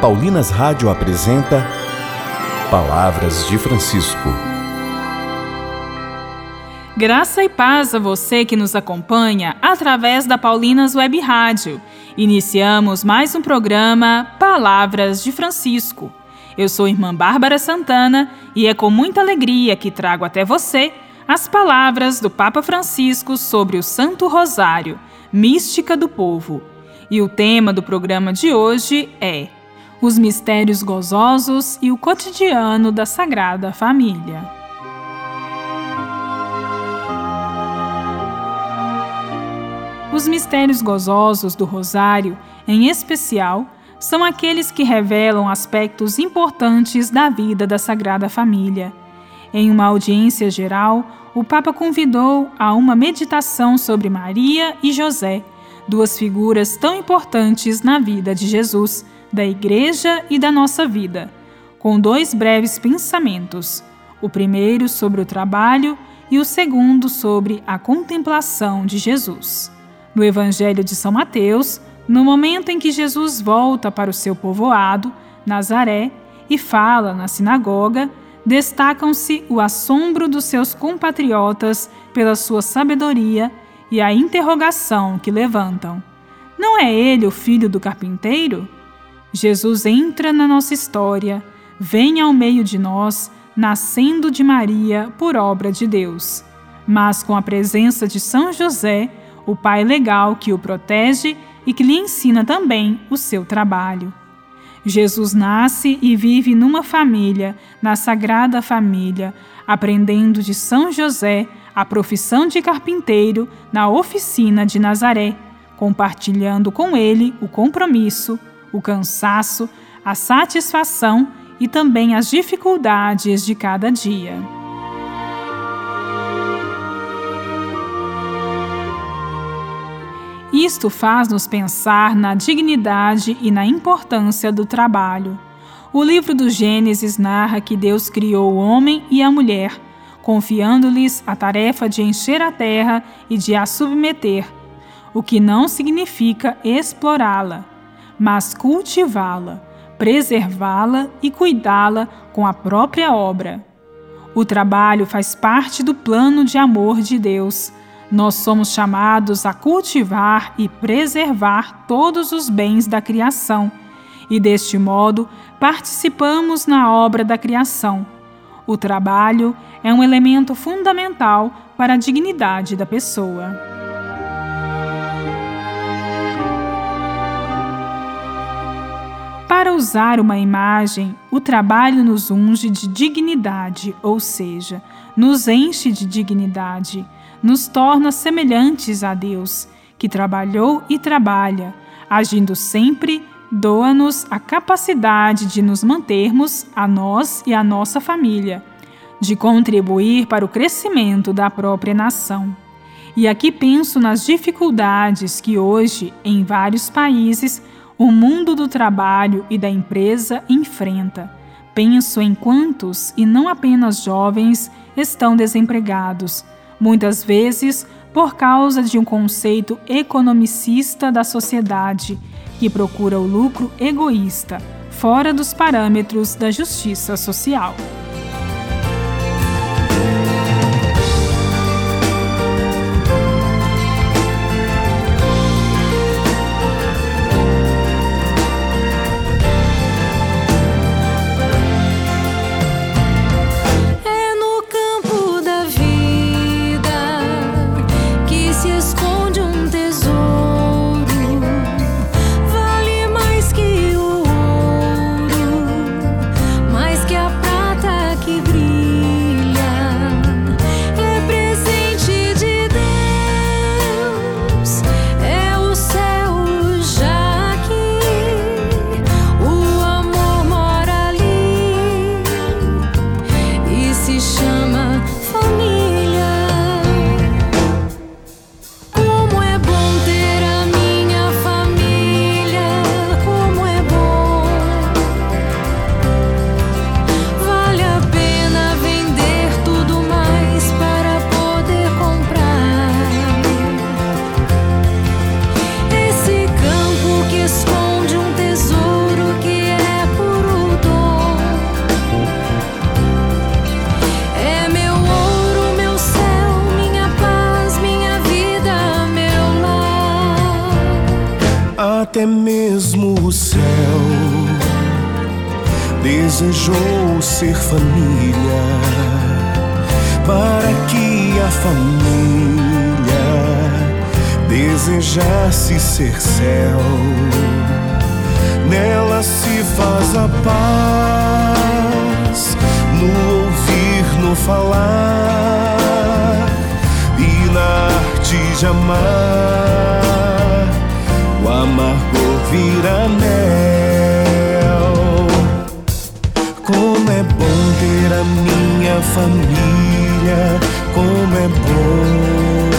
Paulinas Rádio apresenta Palavras de Francisco. Graça e paz a você que nos acompanha através da Paulinas Web Rádio. Iniciamos mais um programa Palavras de Francisco. Eu sou a irmã Bárbara Santana e é com muita alegria que trago até você as palavras do Papa Francisco sobre o Santo Rosário, mística do povo. E o tema do programa de hoje é os mistérios gozosos e o cotidiano da Sagrada Família. Os mistérios gozosos do Rosário, em especial, são aqueles que revelam aspectos importantes da vida da Sagrada Família. Em uma audiência geral, o Papa convidou a uma meditação sobre Maria e José, duas figuras tão importantes na vida de Jesus, da Igreja e da nossa vida, com dois breves pensamentos, o primeiro sobre o trabalho e o segundo sobre a contemplação de Jesus. No Evangelho de São Mateus, no momento em que Jesus volta para o seu povoado, Nazaré, e fala na sinagoga, destacam-se o assombro dos seus compatriotas pela sua sabedoria e a interrogação que levantam. Não é ele o filho do carpinteiro? Jesus entra na nossa história, vem ao meio de nós, nascendo de Maria por obra de Deus. Mas com a presença de São José, o pai legal que o protege e que lhe ensina também o seu trabalho. Jesus nasce e vive numa família, na Sagrada Família, aprendendo de São José a profissão de carpinteiro na oficina de Nazaré, compartilhando com ele o compromisso, o cansaço, a satisfação e também as dificuldades de cada dia. Isto faz-nos pensar na dignidade e na importância do trabalho. O livro do Gênesis narra que Deus criou o homem e a mulher, confiando-lhes a tarefa de encher a terra e de a submeter, o que não significa explorá-la, mas cultivá-la, preservá-la e cuidá-la com a própria obra. O trabalho faz parte do plano de amor de Deus. Nós somos chamados a cultivar e preservar todos os bens da criação, e deste modo participamos na obra da criação. O trabalho é um elemento fundamental para a dignidade da pessoa. Para usar uma imagem, o trabalho nos unge de dignidade, ou seja, nos enche de dignidade, nos torna semelhantes a Deus, que trabalhou e trabalha, agindo sempre, doa-nos a capacidade de nos mantermos, a nós e a nossa família, de contribuir para o crescimento da própria nação. E aqui penso nas dificuldades que hoje, em vários países, o mundo do trabalho e da empresa enfrenta. Penso em quantos, e não apenas jovens, estão desempregados, muitas vezes por causa de um conceito economicista da sociedade, que procura o lucro egoísta, fora dos parâmetros da justiça social. Prata Até mesmo o céu desejou ser família, para que a família desejasse ser céu. Nela se faz a paz, no ouvir, no falar, e na arte de amar, o amargor vira mel. Como é bom ter a minha família, como é bom.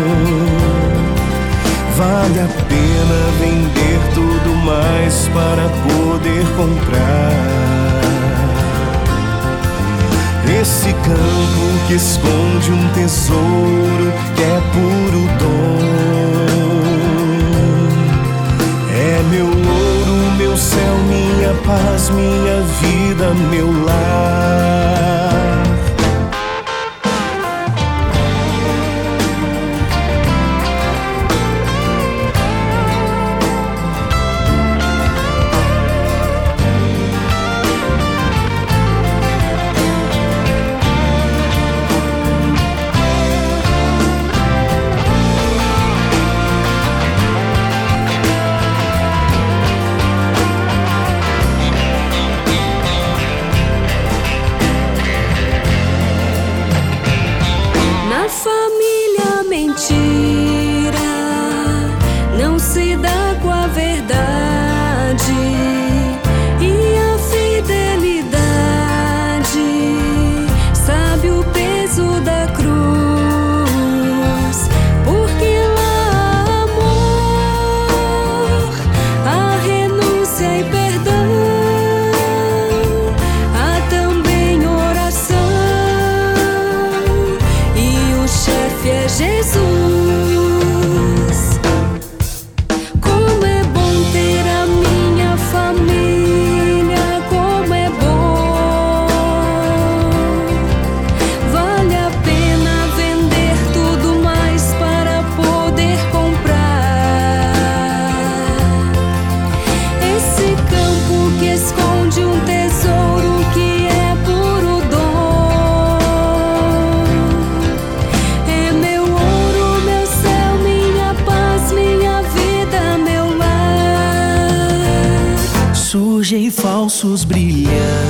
Vale a pena vender tudo mais para poder comprar esse campo que esconde um tesouro que é puro dom. É meu ouro, meu céu, minha paz, minha vida, meu lar. Surgem falsos brilhantes,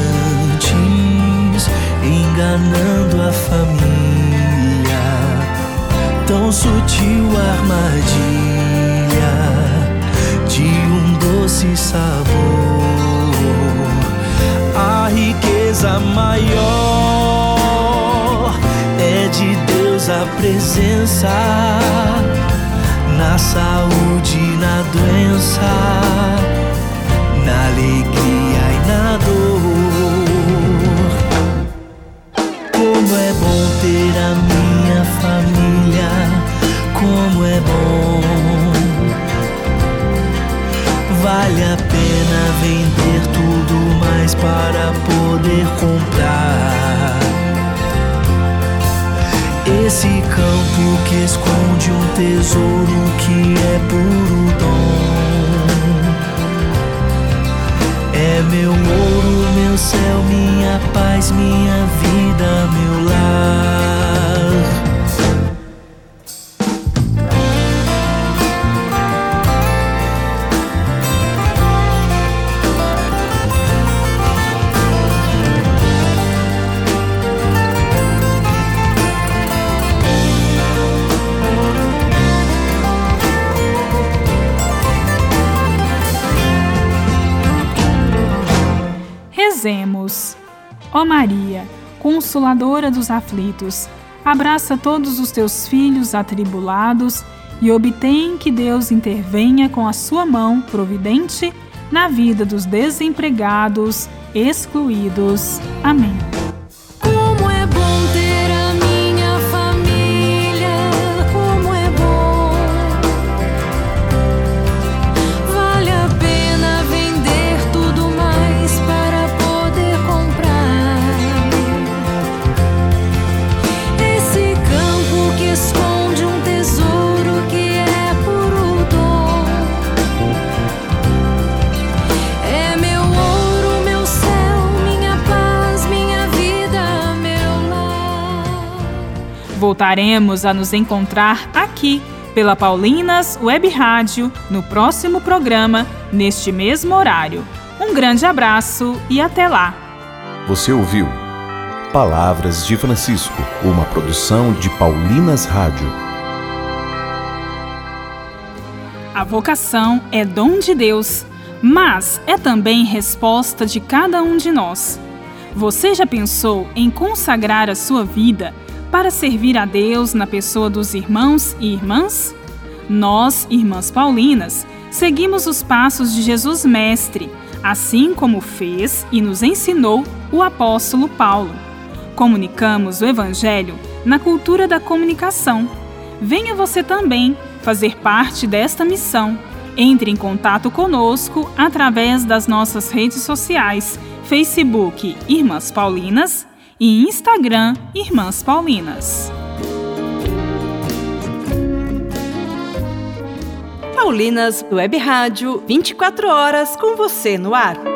enganando a família. Tão sutil a armadilha de um doce sabor. A riqueza maior é de Deus a presença, na saúde e na doença, na alegria e na dor. Como é bom ter a minha família, como é bom. Vale a pena vender tudo mais para poder comprar esse campo que esconde um tesouro que é puro dom. É meu ouro, meu céu, minha paz, minha vida, meu lar. Rezemos. Ó Maria, Consoladora dos aflitos, abraça todos os teus filhos atribulados e obtém que Deus intervenha com a sua mão providente na vida dos desempregados, excluídos. Amém. Como é bom ter a minha família, como é bom. Vale a pena vender tudo mais para poder comprar esse campo que esconde um tesouro que é puro dom. Voltaremos a nos encontrar aqui pela Paulinas Web Rádio no próximo programa, neste mesmo horário. Um grande abraço e até lá! Você ouviu Palavras de Francisco, uma produção de Paulinas Rádio. A vocação é dom de Deus, mas é também resposta de cada um de nós. Você já pensou em consagrar a sua vida para servir a Deus na pessoa dos irmãos e irmãs? Nós, irmãs paulinas, seguimos os passos de Jesus Mestre, assim como fez e nos ensinou o apóstolo Paulo. Comunicamos o Evangelho na cultura da comunicação. Venha você também fazer parte desta missão. Entre em contato conosco através das nossas redes sociais, Facebook Irmãs Paulinas e Instagram Irmãs Paulinas. Paulinas Web Rádio, 24 horas com você no ar.